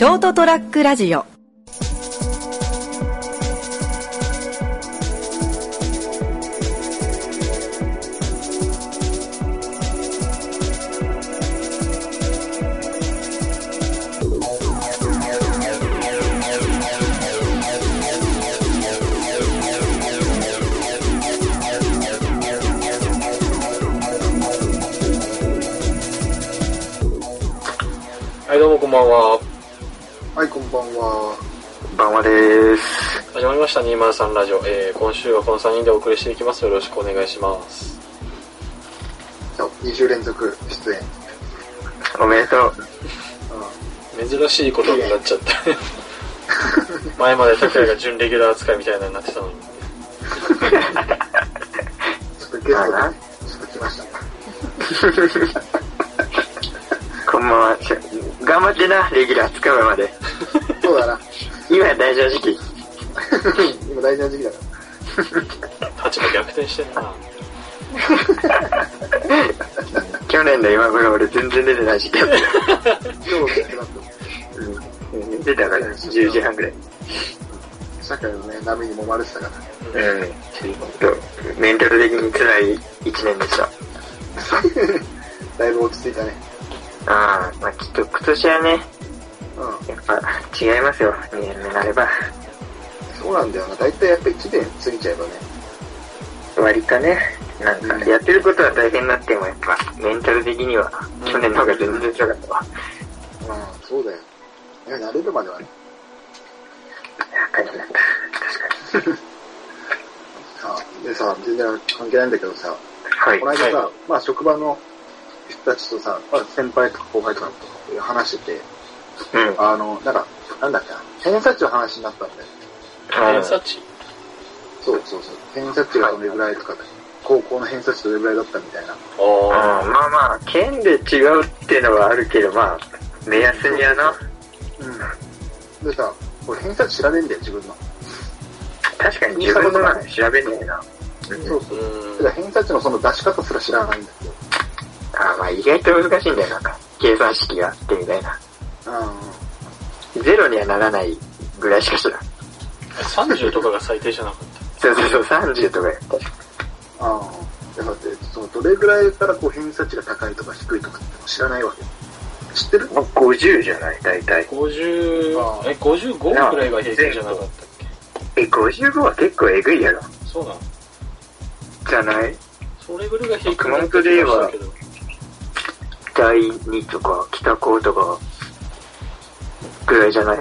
ショートトラックラジオ。 はい、どうもこんばんは。 はい、こんばんは。 こんばんはです。 始まりました203ラジオ。今週はこの3人でお送りしていきます。よろしくお願いします。 2週連続出演。 おめでとう。 珍しいことになっちゃった前まで拓也が準レギュラー扱いみたいなのになってたのにちょっとゲストでちょっと来ました。 こんばんは。頑張ってな、レギュラー掴むまで。 そうだな。 今は大事な時期。 今大事な時期だか立場逆転してんな去年の今頃俺全然出てない時期だった。 ら。今日出てなくて。 出たから10時半ぐらい。 社会のね、波に揉まれてたから。 メンタル的に辛い1年でした。 だいぶ落ち着いたね。 まあきっと今年はね、やっぱ違いますよ、2年目になれば。 そうなんだよな。だいたいやっぱ1年過ぎちゃえばね。 割かね、なんかやってることは大変になってもやっぱメンタル的には去年の方が全然辛かったわ。 そうだよ。いや、慣れるまではね。 感じだった。確かに。 でさ、全然関係ないんだけどさ、 はい。 この間さ、まあ職場の人たちとさ、まあ、先輩とか後輩とかと話してて、なんか、なんだっけな、偏差値の話になったんで。 偏差値？ そう。偏差値がどれぐらいとか、高校の偏差値どれぐらいだったみたいな。 まあまあ、県で違うっていうのはあるけど、まあ、目安にはな。 でさ、これ偏差値調べんだよ、自分の。 確かに自分のは調べねえな。 そう。だから偏差値のその出し方すら知らないんだけど。 まあ意外と難しいんだよ、なんか。計算式があってみたいな。ゼロにはならないぐらいしか知らん。 30とかが最低じゃなかっそう、30とかやった。 だってそのどれぐらいからこう偏差値が高いとか低いとかって知らないわけ。知ってる ？50じゃない、大体。 55くらいが平均じゃなかったっけ ？55は結構えぐいやろ。 そうなの？ じゃない？ それぐらいが平均熊本で言えば、第2とか北高とかぐらいじゃない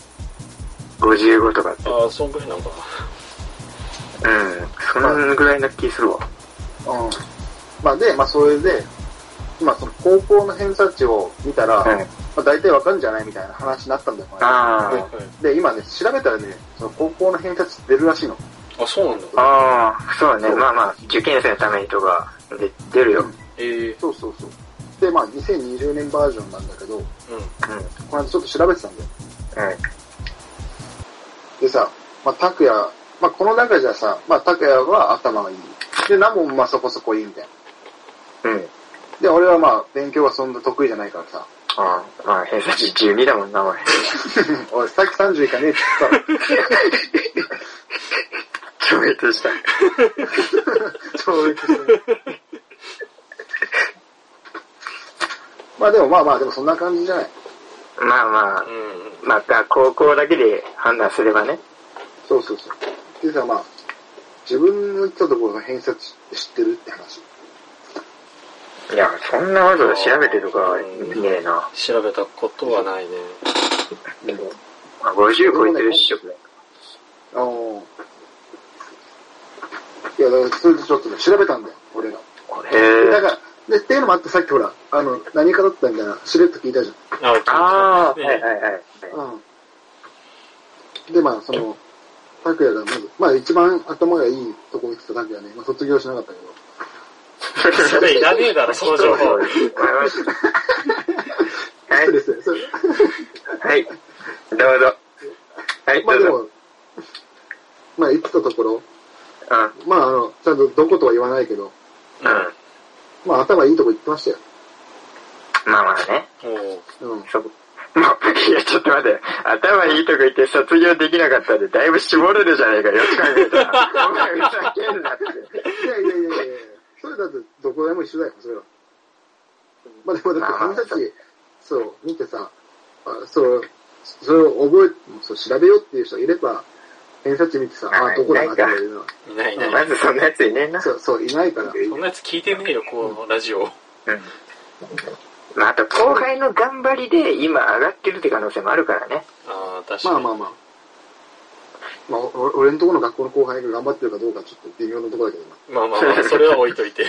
？55とかって。 そんぐらいなのかな。 そのぐらいな気するわ。 まあそれで、今その高校の偏差値を見たら、大体わかるんじゃないみたいな話になったんだよ。で、今ね、調べたらね、その高校の偏差値出るらしいの。 そうなんだ。 そうね。まあ、受験生のためにとかで出るよ。 そう。で、まあ、2020年バージョンなんだけど、この間ちょっと調べてたんだよ。でさ、まあ、拓也、まあ、この中じゃさ、まあ、拓也は頭がいい。で、ナモもまあそこそこいいみたいな。で、俺はまあ、勉強はそんな得意じゃないからさ。 まあ、偏差値12だもんな、お前。 俺、さっき30いかねえって言ったら。 超越した。 まあでもそんな感じじゃない。 また高校だけで判断すればね。 そう。でさ、まあ、自分の言ったところの偏差値って知ってるって話。 いや、そんなわざわざ調べてとかはねえな。 調べたことはないね。 でも、50超えてるっしょ。 いや、だからそれでちょっとね、調べたんだよ、俺が。だから、で、っていうのもあってさっきほら、何かだったみたいな、しれっと聞いたじゃん。 はい。 で、まあ、その、拓也がまず、一番頭がいいとこ行ってた拓也ね、卒業しなかったけど。 それいらねえだろ、その情報。 失礼ですね。 はい。どうぞ。はい、 まあでも、まあ言ってたところ、まあちゃんとどことは言わないけど、まあ頭いいとこ行ってましたよ。 まあね。 もう、いや、ちょっと待って、頭いいとこ行って卒業できなかったんで、だいぶ絞れるじゃねえかよ、よく考えたら。お前ふざけんなって。 いや、それだってどこでも一緒だよ、それは。まあでもだって偏差値、そう、見てさ、それをそう調べようっていう人いれば、偏差値見てさ、どこだなって言うのは。 いない。 まずそんなやついねえな。 そう、いないから。 そんなやつ聞いてねえよ、このラジオ。 まあ、あと後輩の頑張りで今上がってるって可能性もあるからね。 確かに。 まあ、俺のところの学校の後輩が頑張ってるかどうかちょっと微妙なところだけどな。 まあ、それは置いといて。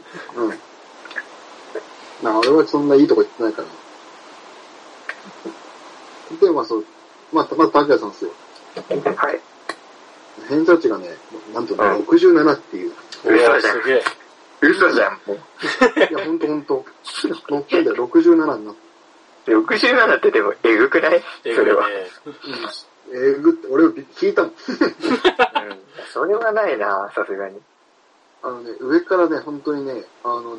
俺はそんないいとこ行ってないから。で、拓也さんですよ。 はい。 偏差値がね、なんと67っていう。 うわ、すげえ。 嘘じゃん、もう。 いや、ほんと。乗ってんだよ、67になって。 67ってでも、えぐくない？それは。 えぐって、俺聞いたもん。 それはないな、さすがに。 上からね、本当にね、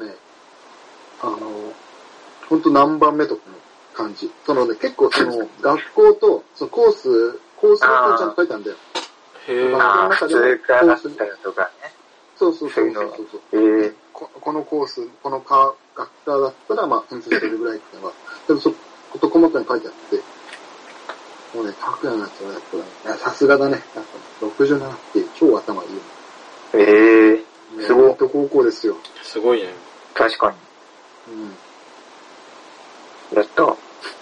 本当何番目とかの感じ。結構学校と、コースがちゃんと書いてあるんだよ。 へぇ普通科だったりとかね。 そう。このコース、この学科だったら、偏差値出るぐらいっていうのが、でもこと細かに書いてあって、もうね、拓也のやつはやっぱさすがだね。やっぱ67って超頭いいよ。すごい。高校ですよ。 すごいね。 確かに。やった。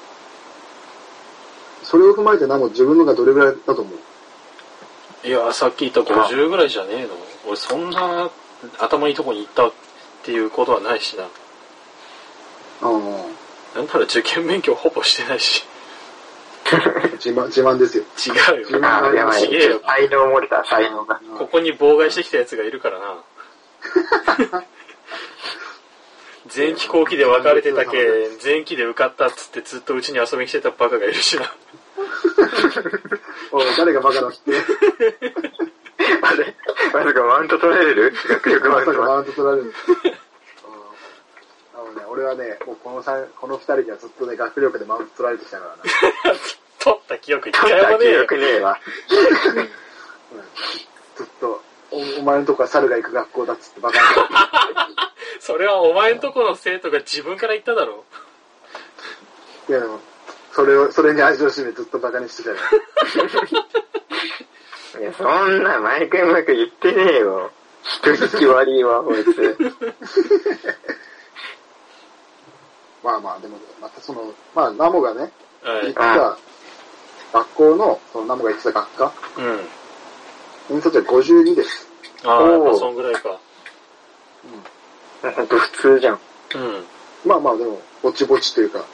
それを踏まえて自分のがどれぐらいだと思う？ いや、さっき言った50ぐらいじゃねえの？俺そんな頭いいとこに行ったっていうことはないしな。なんなら受験勉強ほぼしてないし。 自慢ですよ。 違うよ。 やばい。 違えよ。 才能漏れた、才能が。 ここに妨害してきたやつがいるからな。前期後期で別れてたけ、前期で受かったっつってずっとうちに遊びに来てたバカがいるしな。 おい、誰がバカだって。 あれまさかマウント取られる？学力まさかマウント取られる。俺はね、もうこの二人にはずっとね、学力でマウント取られてきたからな。 取った記憶一回もねえよ。 取った記憶ねえわ。 ずっと、お前のとこは猿が行く学校だっつってバカそれはお前のとこの生徒が自分から言っただろ。 いやでも、それに味を占めずっとバカにしてたよ。 いや、そんな毎回うまく言ってねえよ。人聞き悪いわ、こいつ。 でも、またナモがね、行った学校の、ナモが行ってた学科、偏差値は52です。 やっぱそんぐらいか。 ほんと普通じゃん。 でも、ぼちぼちというか、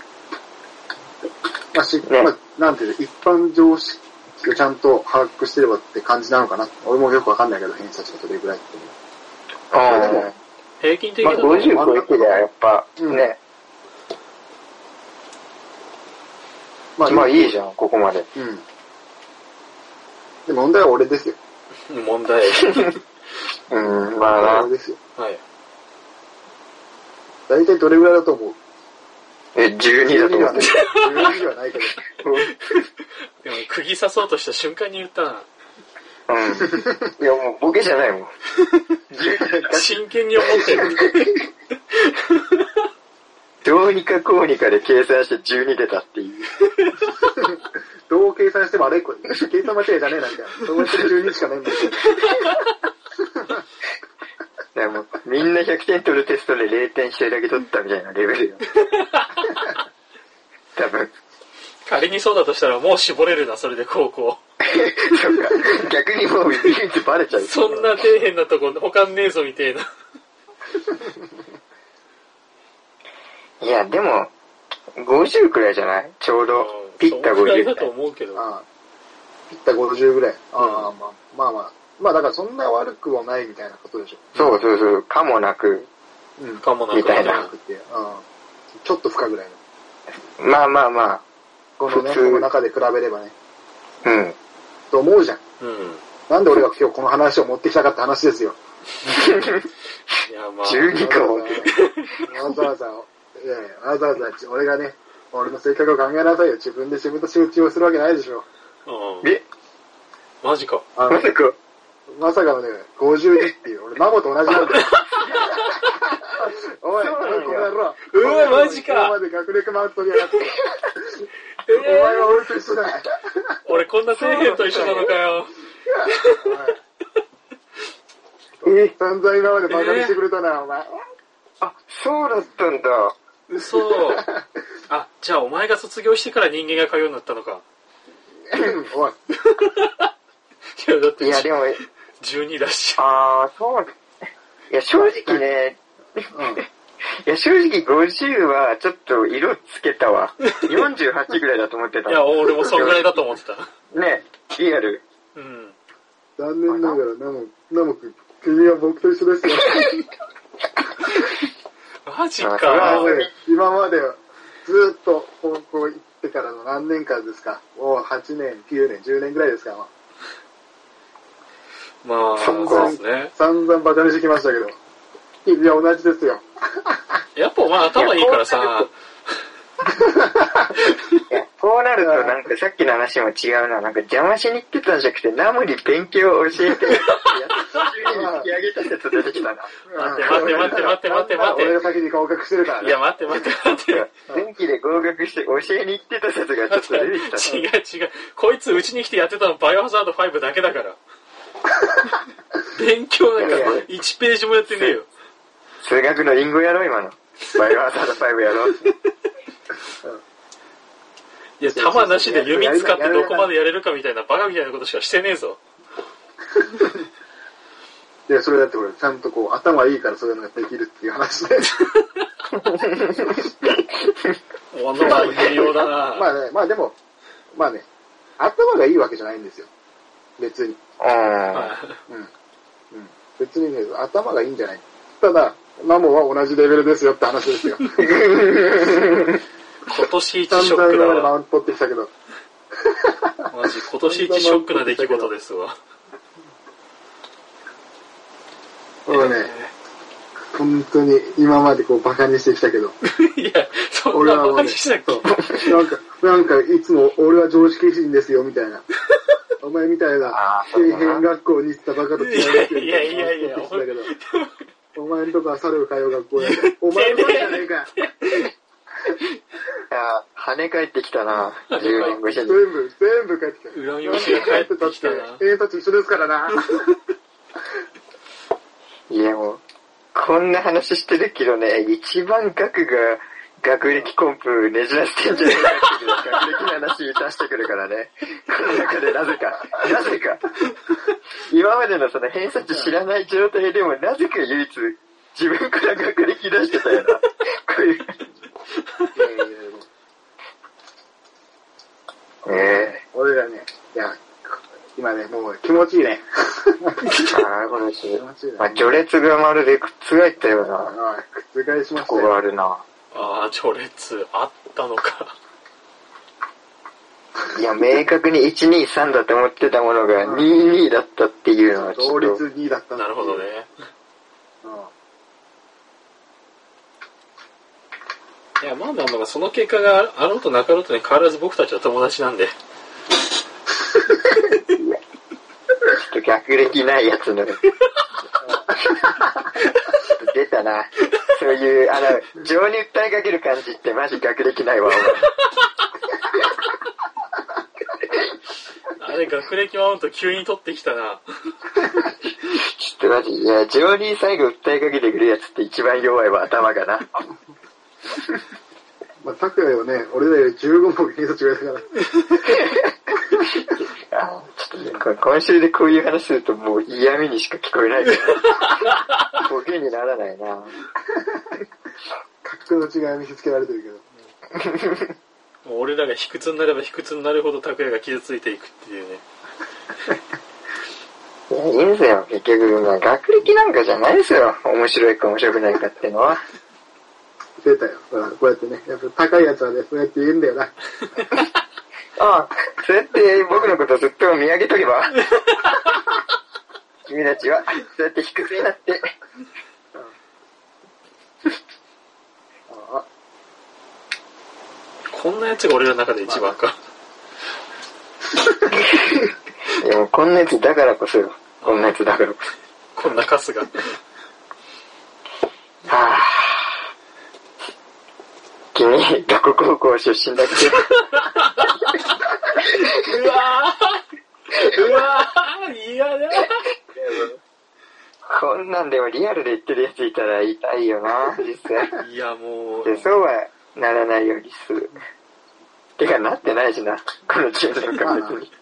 なんていうの、一般常識がちゃんと把握してればって感じなのかな。俺もよくわかんないけど、偏差値がどれぐらいっていうの。 平均的な 50超えてりゃやっぱ、ね。いいじゃん、ここまで。 で、問題は俺ですよ。 問題。 俺ですよ。 はい。 大体どれぐらいだと思う ？12だと思う。 12ではないけど。 でも、釘刺そうとした瞬間に言ったな。 いや、もうボケじゃないもん。 真剣に思ってる。 どうにかこうにかで計算して12出たっていう。 どう計算しても計算間違いじゃねえなみたいな。そうやって12しかないんだけど。 もうみんな100点取るテストで0点1人だけ取ったみたいなレベルよ。多分。 仮にそうだとしたらもう絞れるな、それで高校。 そうか。逆にもうビーンってバレちゃう。 そんな底辺なとこ他ねえぞみたいな。 いや、でも、50くらいじゃない？ちょうど、ピッタ50くらい。 だと思うけど。 ピッタ50ぐらい。だからそんな悪くはないみたいなことでしょ。 そう。かもなく。 かもなく。 みたいな。 ちょっと負荷ぐらいの。 まあ。 この中で比べればね。と思うじゃん。なんで俺が今日この話を持ってきたかって話ですよ。 いや、 12かも。 わざわざ俺がね、 俺の性格を考えなさいよ。自分で仕事をするわけないでしょ。 マジか。 まさか。 まさかのね、52っていう。俺、マモと同じなんだよ。おい、この野郎。 マジか。 今まで学歴マウントにやがって。お前は俺と一緒だ。 俺こんな底辺と一緒なのかよ。 散々今までバカにしてくれたな、お前。 あ、そうだったんだ。 嘘。あ、じゃあお前が卒業してから人間が通うようになったのか。 おい。 いや、だって、 いや、でも、 12だし。 そう。いや、正直ね、いや、正直50はちょっと色つけたわ。48ぐらいだと思ってた。 いや、俺もそんぐらいだと思ってた。 ね、リアル。 残念ながら、ナモ君、君は僕と一緒ですよ。 マジか。 今までずっと高校行ってからの何年間ですか。もう8年、9年、10年ぐらいですか。 まあ、そうですね。 散々バカにしてきましたけど。君は同じですよ。 やっぱお前頭いいからさ。 いや、こうなるとなんかさっきの話も違うな。なんか邪魔しに来てたんじゃなくて、ナムに勉強を教えてやって、引き上げた説出てきたな。 待って。 俺が先に合格してるからね。 いや、待って。 前期で合格して教えに行ってた説がちょっと出てきたな。 違う。こいつうちに来てやってたのバイオハザード5だけだから。勉強なんか1ページもやってねえよ。 数学のリンゴやろ、今の。バイオハザード5やろ。 いや、弾なしで弓使ってどこまでやれるかみたいなバカみたいなことしかしてねえぞ。 いや、それだって俺、ちゃんとこう、頭いいからそういうのができるっていう話で。 物は微妙だな。 まあでも、頭がいいわけじゃないんですよ。別に。別にね、頭がいいんじゃない。ただ、マモは同じレベルですよって話ですよ。 今年一ショックだわ。 マウント取ってきたけど。 マジ、今年一ショックな出来事ですわ。 俺ね、本当に今までこうバカにしてきたけど。 いや、そんなバカにしたっけ？ なんかいつも俺は常識人ですよみたいな。お前みたいな底辺学校に行ったバカと違うっていや、 お前んとこは猿を通う学校やから。お前の声じゃねえか。 いや、跳ね返ってきたな、10年越しに。 全部帰ってきた。 恨み節が帰ってきたな。 偏差値一緒ですからな。 いやもう、こんな話してるけどね、一番学歴コンプねじらしてんじゃないかっていう学歴の話出してくるからね。この中でなぜか、今までのその偏差値知らない状態でもなぜか唯一自分から学歴出してたよな。こういう。 俺らね、いや、今ね、もう気持ちいいね。 これし、序列がまるで覆ったような。 覆しましたよ。 とこがあるな。 序列あったのか。 いや、明確に1、2、3だと思ってたものが2、2だったっていうのはちょっと。 同率2だったんだ。 なるほどね。いや、まあ、その結果があろうとなかろうとね、変わらず僕たちは友達なんで。 ちょっと学歴ないやつの。出たな。そういう、情に訴えかける感じってマジ学歴ないわ、 あれ、学歴マウント急に取ってきたな。 ちょっとマジ、いや、情に最後訴えかけてくるやつって一番弱いわ、頭がな。 拓也はね、俺らより15も偏差値上だから。 ちょっとね、今週でこういう話するともう嫌味にしか聞こえないから。ボケにならないな。 格の違い見せつけられてるけど。 もう俺らが卑屈になれば卑屈になるほど拓也が傷ついていくっていうね。 いや、いいんですよ。結局、学歴なんかじゃないですよ。面白いか面白くないかっていうのは。 出たよ。ほら、こうやってね、やっぱ高いやつはね、そうやって言うんだよな。 そうやって僕のことをずっと見上げとけば。君たちは、そうやって低くになって。 こんなやつが俺の中で一番か。 いやもうこんなやつだからこそよ。こんなやつだからこそ。こんなカスが。はぁ。君、学校高校出身だっけ？ うわーうわー嫌だ。 こんなんでもリアルで言ってるやついたら痛いよな、実際。 いやもう。 で、そうはならないようにする。てか、なってないしな、この10年間別に。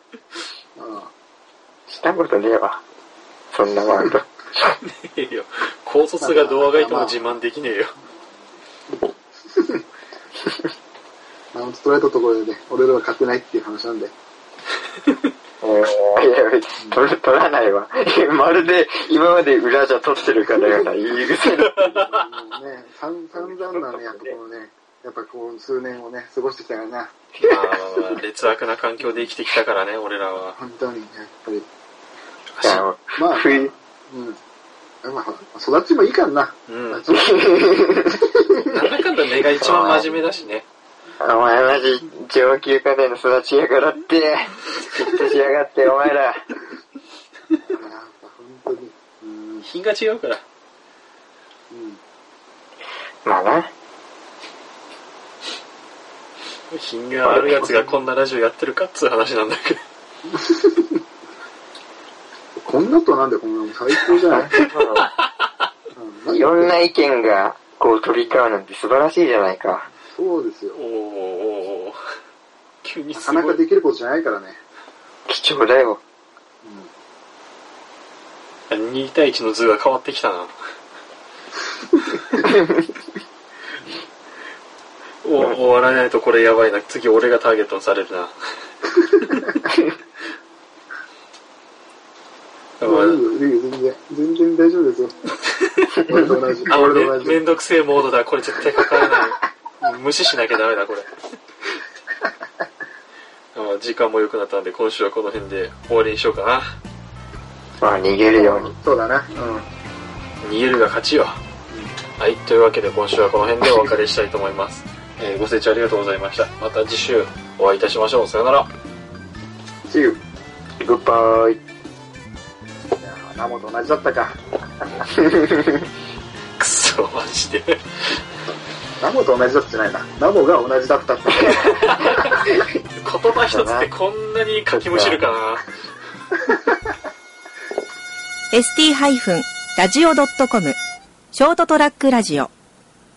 したことねえわ。そんなワールド。 ねえよ。高卒が動画いても自慢できねえよ。 ストレートところでね、俺らは勝てないっていう話なんで。 いや、取らないわ。まるで今まで裏じゃ取ってるからよな、言い癖。 ね、散々なね、やっぱこのね、やっぱこう数年をね、過ごしてきたからな。 まあ、劣悪な環境で生きてきたからね、俺らは。 本当に、やっぱり。 まあ、 まあ、育ちもいいからな。 うん。なんだかんだ根が一番真面目だしね。 お前マジ上級家庭の育ちやからって、きっとしやがってお前ら。 やっぱ本当に。 品が違うから。 まあな。 品があるやつがこんなラジオやってるかっつう話なんだけど。 こんなとなんでこんなの最高じゃない。 いろんな意見がこう飛び交うなんて素晴らしいじゃないか。 そうですよ。 おー。急になかなかできることじゃないからね。 貴重だよ。 2対1の図が変わってきたな。終わらないとこれやばいな。次俺がターゲットにされるな。 全然大丈夫ですよ。俺と同じ。 めんどくせえモードだ。これ絶対かからない。無視しなきゃダメだこれ。時間も良くなったんで今週はこの辺で終わりにしようかな。 まあ逃げるように。 そうだな。 逃げるが勝ちよ。はい、というわけで今週はこの辺でお別れしたいと思います。ご清聴ありがとうございました。また次週お会いいたしましょう。さよなら。 See you. Goodbye. ナモと同じだったか。 くそマジで。 ナモと同じだったじゃないな。ナモが同じだったって。 言葉一つってこんなに書きむしるかな。 st-radio.com ショートトラックラジオ